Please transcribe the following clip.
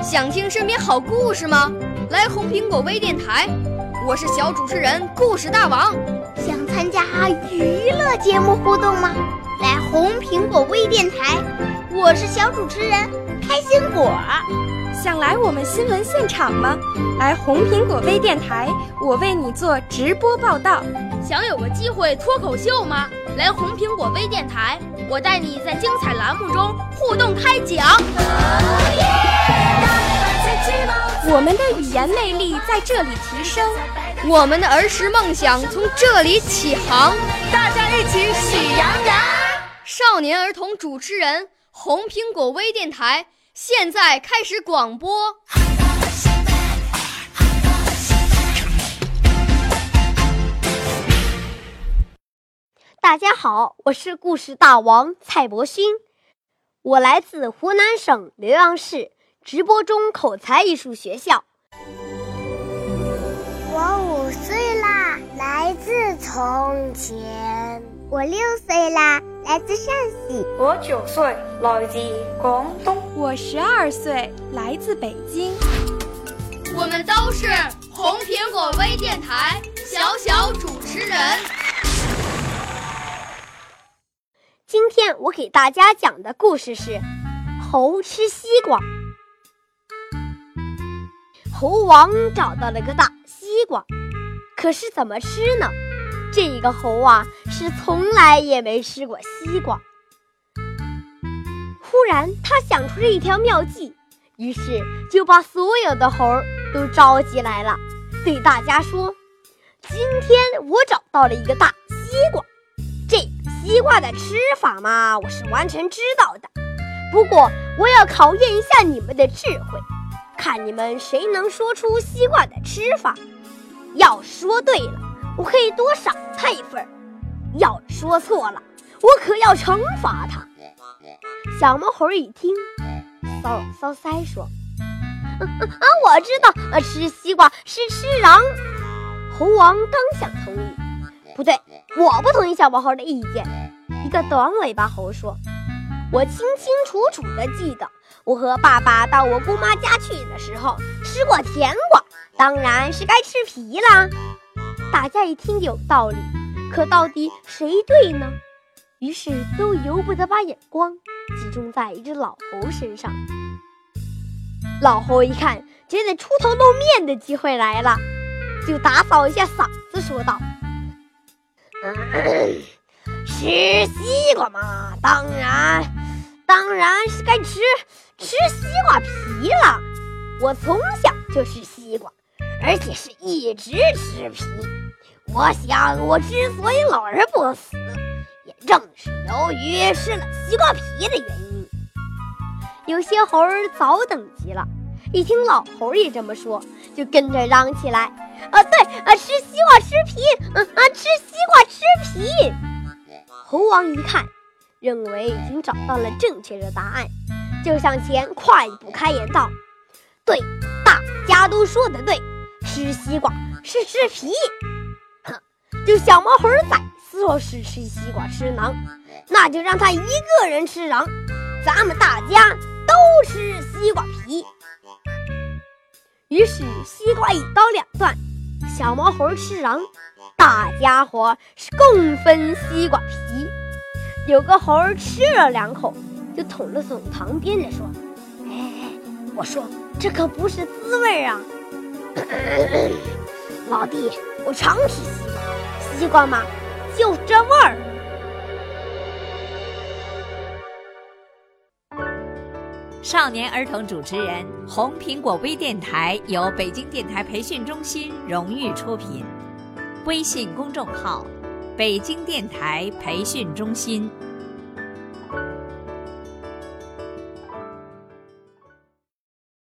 想听身边好故事吗？来红苹果微电台，我是小主持人故事大王。 想参加娱乐节目互动吗？来红苹果微电台，我是小主持人开心果。 想来我们新闻现场吗？来红苹果微电台，我为你做直播报道。 想有个机会脱口秀吗？来红苹果微电台，我带你在精彩栏目中互动开讲。 我们的语言魅力在这里提升， 我们的儿时梦想从这里起航。 大家一起喜羊羊。 少年儿童主持人，红苹果微电台现在开始广播。 大家好，我是故事大王蔡博勋，我来自湖南省浏阳市直播中口才艺术学校。 我5岁啦，来自从前。 我6岁啦，来自陕西。 我9岁，来自广东。 我12岁，来自北京。 我们都是红苹果微电台小主持人。 今天我给大家讲的故事是猴吃西瓜。猴王找到了个大西瓜，可是怎么吃呢？这个猴啊是从来也没吃过西瓜。忽然他想出了一条妙计，于是就把所有的猴都召集来了，对大家说：今天我找到了一个大西瓜，这个西瓜的吃法嘛，我是完全知道的，不过我要考验一下你们的智慧，看你们谁能说出西瓜的吃法。要说对了，我可以多赏他一份；要说错了，我可要惩罚他。小毛猴一听，搔了搔腮说：我知道，吃西瓜是吃瓤。猴王刚想同意，不对，我不同意小毛猴的意见。一个短尾巴猴说：我清清楚楚地记得，我和爸爸到我姑妈家去的时候吃过甜瓜，当然是该吃皮啦。大家一听有道理，可到底谁对呢？于是都由不得把眼光集中在一只老猴身上。老猴一看，觉得出头露面的机会来了，就打扫一下嗓子说道：吃西瓜嘛，当然是该吃西瓜皮了。我从小就吃西瓜，而且是一直吃皮。我想我之所以老而不死，也正是由于吃了西瓜皮的原因。有些猴儿早等急了，一听老猴也这么说，就跟着嚷起来：对，吃西瓜吃皮，吃西瓜吃皮。猴王一看，认为已经找到了正确的答案，就向前跨一步开言道：对，大家都说的对，吃西瓜是吃皮。就小毛猴崽说是吃西瓜吃瓤，那就让他一个人吃瓤，咱们大家都吃西瓜皮。于是西瓜一刀两断，小毛猴吃瓤，大家伙是共分西瓜皮。有个猴吃了2口，就捅了捅旁边的说：我说这可不是滋味啊。老弟，我常吃西瓜嘛，就这味儿。 少年儿童主持人，红苹果微电台由北京电台培训中心荣誉出品，微信公众号：北京电台培训中心。